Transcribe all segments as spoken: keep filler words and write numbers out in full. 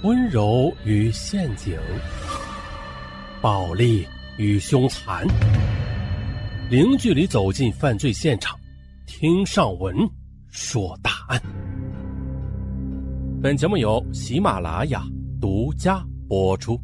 温柔与陷阱，暴力与凶残，零距离走进犯罪现场，听上文说大案。本节目由喜马拉雅独家播出。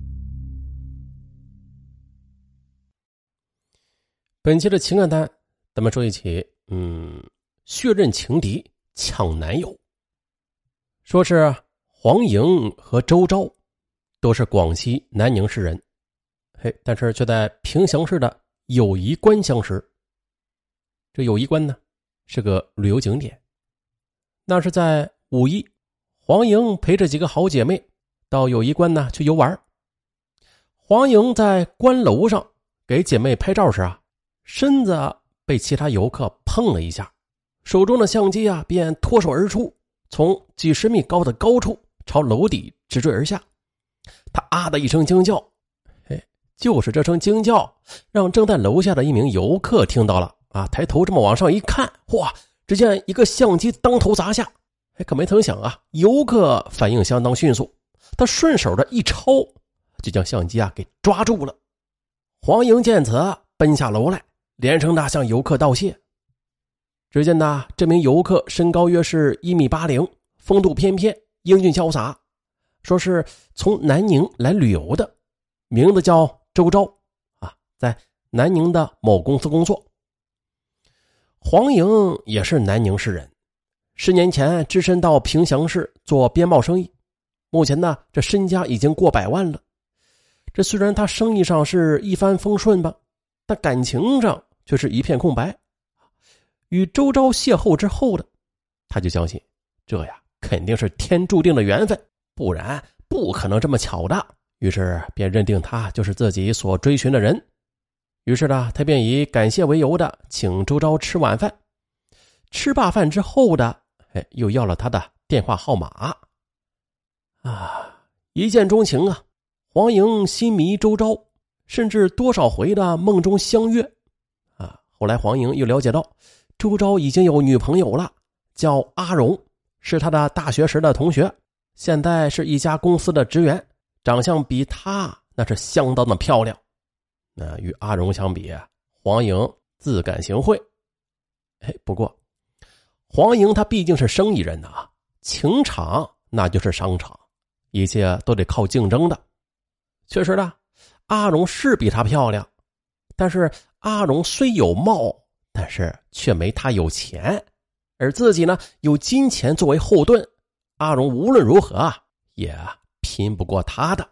本期的情感单，咱们说一起，嗯，血刃情敌抢男友。说是黄莹和周昭都是广西南宁市人，嘿，但是却在凭祥市的友谊关相识。这友谊关呢，是个旅游景点。那是在五一，黄莹陪着几个好姐妹到友谊关呢去游玩。黄莹在关楼上给姐妹拍照时啊，身子被其他游客碰了一下，手中的相机啊便脱手而出，从几十米高的高处朝楼底直坠而下。他啊的一声惊叫，嘿，就是这声惊叫让正在楼下的一名游客听到了啊，抬头这么往上一看，哇，只见一个相机当头砸下。哎，可没曾想啊，游客反应相当迅速，他顺手的一抄就将相机啊给抓住了。黄莹见此奔下楼来，连声的向游客道谢。只见呢，这名游客身高约是一米八零，风度翩翩，英俊潇洒，说是从南宁来旅游的，名字叫周昭啊，在南宁的某公司工作。黄莹也是南宁市人，十年前只身到凭祥市做边贸生意，目前呢，这身家已经过百万了。这虽然他生意上是一帆风顺吧，但感情上却是一片空白。与周昭邂逅之后的，他就相信这呀肯定是天注定的缘分，不然不可能这么巧的，于是便认定他就是自己所追寻的人。于是呢，他便以感谢为由的请周昭吃晚饭。吃罢饭之后的，哎，又要了他的电话号码。啊，一见钟情啊，黄莹心迷周昭，甚至多少回的梦中相约。啊，后来黄莹又了解到周昭已经有女朋友了，叫阿荣，是他的大学时的同学，现在是一家公司的职员，长相比他那是相当的漂亮。那与阿荣相比，黄莹自感行贿。哎，不过黄莹她毕竟是生意人啊，情场那就是商场，一切都得靠竞争的。确实的，阿荣是比她漂亮，但是阿荣虽有貌，但是却没他有钱，而自己呢有金钱作为后盾，阿荣无论如何啊也拼不过他的。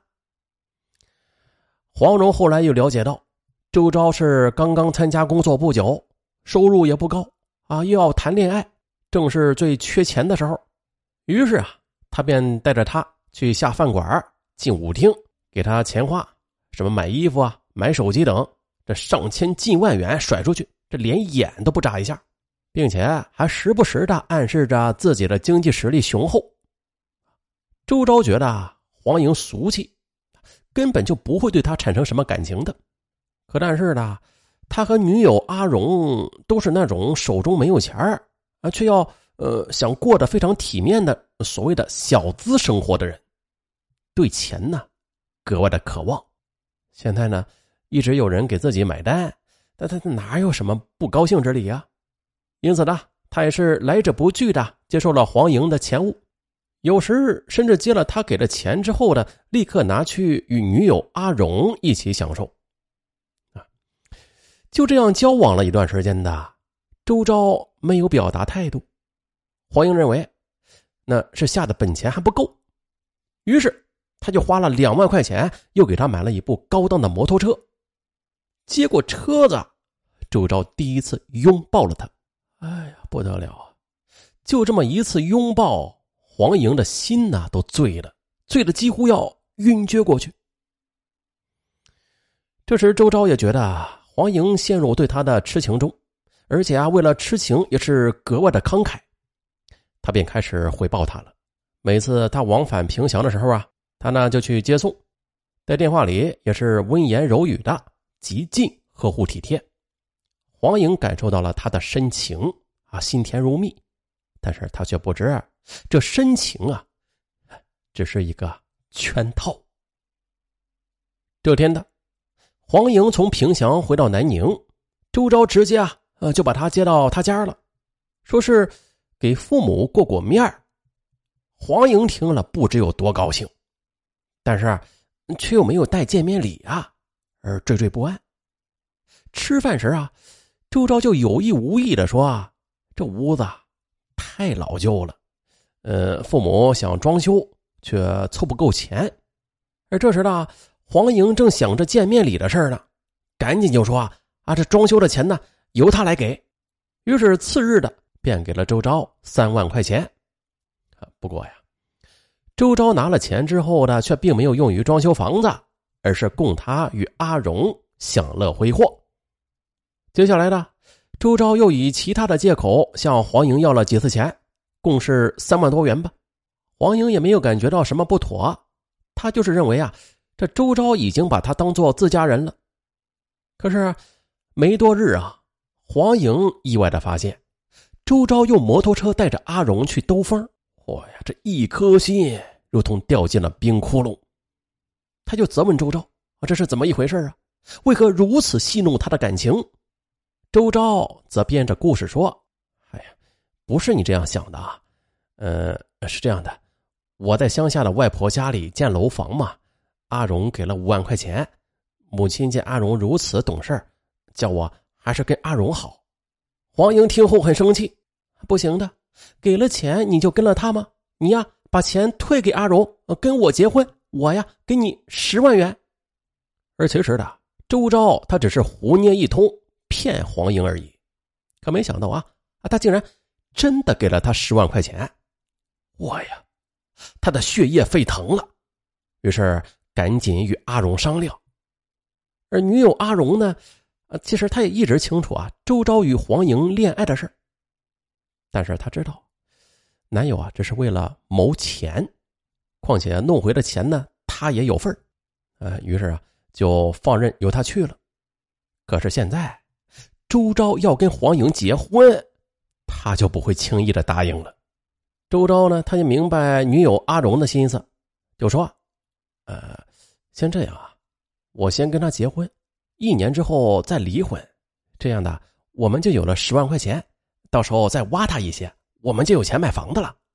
黄蓉后来又了解到，周昭是刚刚参加工作不久，收入也不高啊，又要谈恋爱，正是最缺钱的时候。于是啊，他便带着他去下饭馆，进舞厅，给他钱花，什么买衣服啊，买手机等，这上千近万元甩出去，这连眼都不眨一下，并且还时不时的暗示着自己的经济实力雄厚。周昭觉得黄莹俗气，根本就不会对他产生什么感情的。可但是呢，他和女友阿荣都是那种手中没有钱儿啊，却要呃想过得非常体面的所谓的小资生活的人，对钱呢格外的渴望。现在呢，一直有人给自己买单，但他哪有什么不高兴之理啊？因此呢，他也是来者不拒的接受了黄莹的钱物，有时甚至接了他给的钱之后的，立刻拿去与女友阿荣一起享受。啊，就这样交往了一段时间的，周昭没有表达态度。黄莹认为那是下的本钱还不够，于是他就花了两万块钱，又给他买了一部高档的摩托车。接过车子，周昭第一次拥抱了他。哎呀，不得了啊！就这么一次拥抱，黄莹的心呐、啊、都醉了，醉得几乎要晕厥过去。这时周昭也觉得黄莹陷入对他的痴情中，而且啊，为了痴情也是格外的慷慨。他便开始回报他了。每次他往返凭祥的时候啊，他呢就去接送，在电话里也是温言柔语的，极尽呵护体贴。黄莹感受到了他的深情啊，心甜如蜜，但是他却不知这深情啊，只是一个圈套。这天的黄莹从平祥回到南宁，周昭直接啊呃就把他接到他家了，说是给父母过过面儿。黄莹听了不知有多高兴，但是却又没有带见面礼啊，而惴惴不安。吃饭时啊，周昭就有意无意的说啊，这屋子太老旧了，呃，父母想装修却凑不够钱。而这时呢，黄莹正想着见面礼的事呢，赶紧就说啊，啊这装修的钱呢由他来给。于是次日的便给了周昭三万块钱。不过呀，周昭拿了钱之后呢，却并没有用于装修房子，而是供他与阿荣享乐挥霍。接下来呢，周昭又以其他的借口向黄莹要了几次钱，共是三万多元吧。黄莹也没有感觉到什么不妥，他就是认为啊，这周昭已经把他当作自家人了。可是没多日啊，黄莹意外的发现，周昭用摩托车带着阿荣去兜风。哇呀，这一颗心如同掉进了冰窟窿。他就责问周昭啊，这是怎么一回事啊？为何如此戏弄他的感情？周昭则编着故事说，哎呀，不是你这样想的啊，呃，是这样的，我在乡下的外婆家里建楼房嘛，阿荣给了五万块钱，母亲见阿荣如此懂事，叫我还是跟阿荣好。黄莹听后很生气，不行的，给了钱你就跟了他吗？你呀，把钱退给阿荣，跟我结婚，我呀给你十万元。而其实的周昭他只是胡捏一通，骗黄莹而已。可没想到啊，他竟然真的给了他十万块钱。哇呀，他的血液沸腾了，于是赶紧与阿荣商量。而女友阿荣呢，其实他也一直清楚啊周昭与黄莹恋爱的事，但是他知道男友啊只是为了谋钱，况且弄回的钱呢他也有份儿，呃，于是啊就放任由他去了。可是现在周昭要跟黄莹结婚，他就不会轻易的答应了。周昭呢，他也明白女友阿荣的心思，就说呃，先这样啊，我先跟他结婚，一年之后再离婚，这样的我们就有了十万块钱，到时候再挖他一些，我们就有钱买房子了。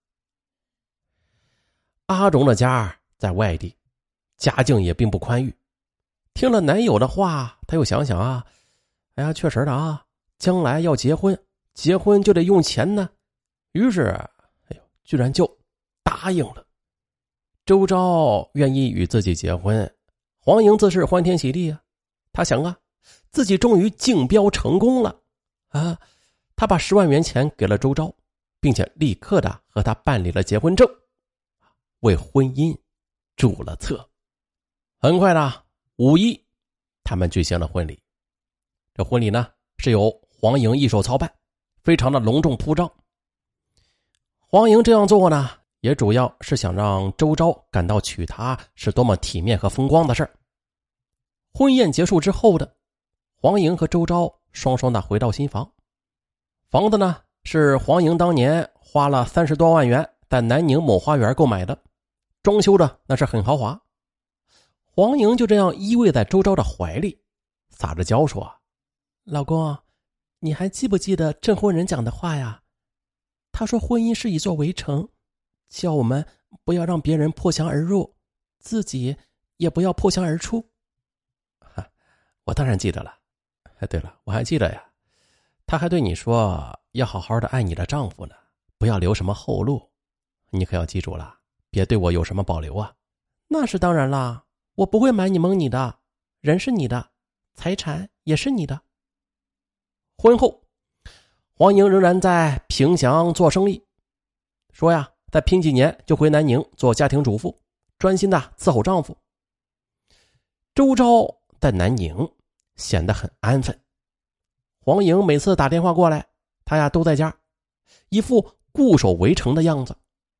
阿荣的家在外地，家境也并不宽裕，听了男友的话，他又想想啊，哎呀，确实的啊，将来要结婚，结婚就得用钱呢，于是哎呦，居然就答应了。周昭愿意与自己结婚，黄莹自是欢天喜地啊。他想啊，自己终于竞标成功了啊！他把十万元钱给了周昭，并且立刻的和他办理了结婚证，为婚姻注了册。很快的五一，他们举行了婚礼。这婚礼呢是由黄莹一手操办，非常的隆重铺张。黄莹这样做呢，也主要是想让周昭感到娶她是多么体面和风光的事儿。婚宴结束之后的黄莹和周昭双双的回到新房。房子呢是黄莹当年花了三十多万元在南宁某花园购买的，装修的那是很豪华。黄莹就这样依偎在周昭的怀里，撒着娇说，老公，你还记不记得证婚人讲的话呀？他说婚姻是一座围城，叫我们不要让别人破墙而入，自己也不要破墙而出。我当然记得了。哎，对了，我还记得呀，他还对你说要好好的爱你的丈夫呢，不要留什么后路。你可要记住了，别对我有什么保留啊。那是当然啦，我不会瞒你蒙你的，人是你的，财产也是你的。婚后，黄莹仍然在平祥做生意，说呀，再拼几年就回南宁做家庭主妇，专心的伺候丈夫。周昭在南宁显得很安分，黄莹每次打电话过来，他呀都在家，一副固守围城的样子。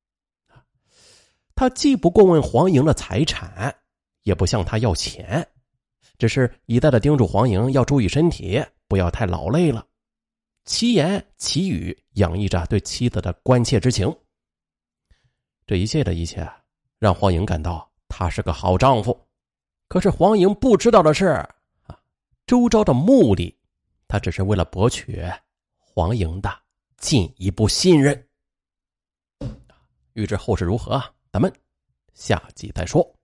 他既不过问黄莹的财产，也不向他要钱，只是一再的叮嘱黄莹要注意身体，不要太劳累了。其言其语洋溢着对妻子的关切之情。这一切的一切让黄莹感到他是个好丈夫。可是黄莹不知道的是啊，周昭的目的，他只是为了博取黄莹的进一步信任。欲知后事如何，咱们下集再说。